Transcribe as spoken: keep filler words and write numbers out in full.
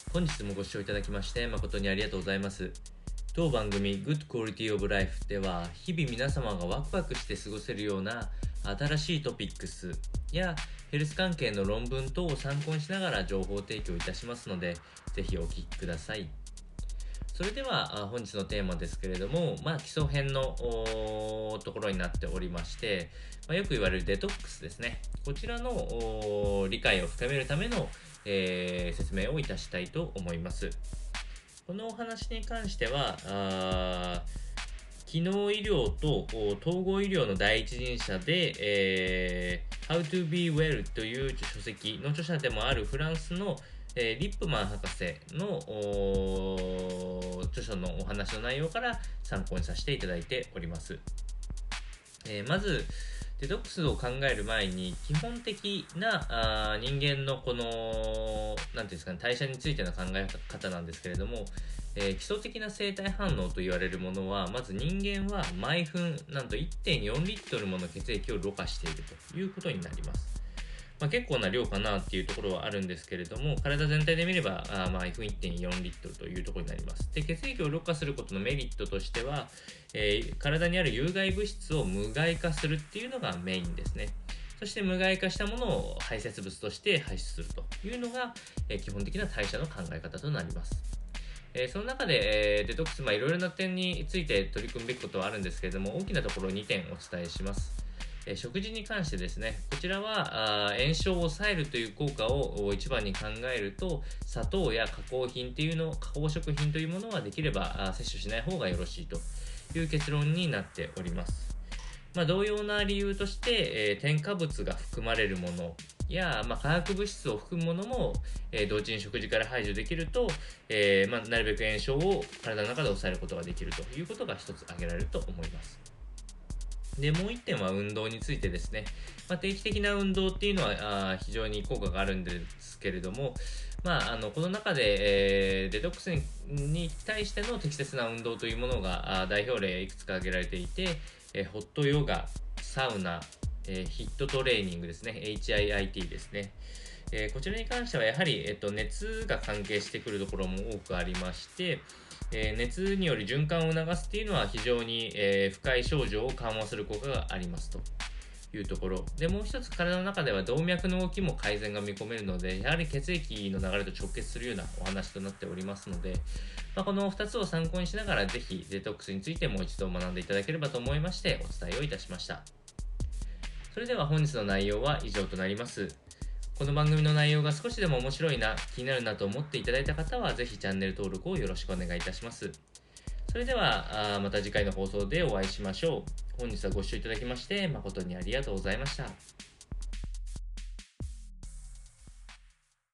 本日もご視聴いただきまして誠にありがとうございます。当番組 Good Quality of Life では日々皆様がワクワクして過ごせるような新しいトピックスやヘルス関係の論文等を参考にしながら情報提供いたしますので、ぜひお聞きください。それでは本日のテーマですけれども、まあ、基礎編のところになっておりまして、まあ、よく言われるデトックスですね。こちらの理解を深めるための、えー、説明をいたしたいと思います。このお話に関しては、あ機能医療と統合医療の第一人者で、えー、How to be well という書籍の著者でもあるフランスのえー、リップマン博士の著書のお話の内容から参考にさせていただいております。えー、まずデトックスを考える前に基本的なあ人間のこのなんていうんですかね、代謝についての考え方なんですけれども、えー、基礎的な生体反応と言われるものは、まず人間は毎分なんと いってんよん リットルもの血液をろ過しているということになります。まあ、結構な量かなっていうところはあるんですけれども、体全体で見ればあ毎分 いってんよん リットルというところになります。で、血液をろ過することのメリットとしては、えー、体にある有害物質を無害化するっていうのがメインですね。そして無害化したものを排泄物として排出するというのが、えー、基本的な代謝の考え方となります。えー、その中で、えー、デトックス、まあいろいろな点について取り組むべきことはあるんですけれども、大きなところにてんお伝えします。食事に関してですね、こちらは炎症を抑えるという効果を一番に考えると、砂糖や加工品というの、加工食品というものはできれば摂取しない方がよろしいという結論になっております。まあ、同様な理由として、えー、添加物が含まれるものや、まあ、化学物質を含むものも、えー、同時に食事から排除できると、えーまあ、なるべく炎症を体の中で抑えることができるということが一つ挙げられると思います。で、もう一点は運動についてですね。まあ、定期的な運動っていうのはあ非常に効果があるんですけれども、まあ、あのこの中で、えー、デトックスにに対しての適切な運動というものがあ代表例いくつか挙げられていて、えー、ホットヨガ、サウナ、えー、ヒットトレーニングですね。エイチアイアイティー ですね。えー、こちらに関してはやはり、えっと、熱が関係してくるところも多くありまして、えー、熱により循環を促すっていうのは非常に、えー、不快症状を緩和する効果がありますというところで、もう一つ体の中では動脈の動きも改善が見込めるので、やはり血液の流れと直結するようなお話となっておりますので、まあ、このふたつを参考にしながらぜひデトックスについてもう一度学んでいただければと思いましてお伝えをいたしました。それでは本日の内容は以上となります。この番組の内容が少しでも面白いな、気になるなと思っていただいた方は、ぜひチャンネル登録をよろしくお願いいたします。それでは、あまた次回の放送でお会いしましょう。本日はご視聴いただきまして、誠にありがとうございました。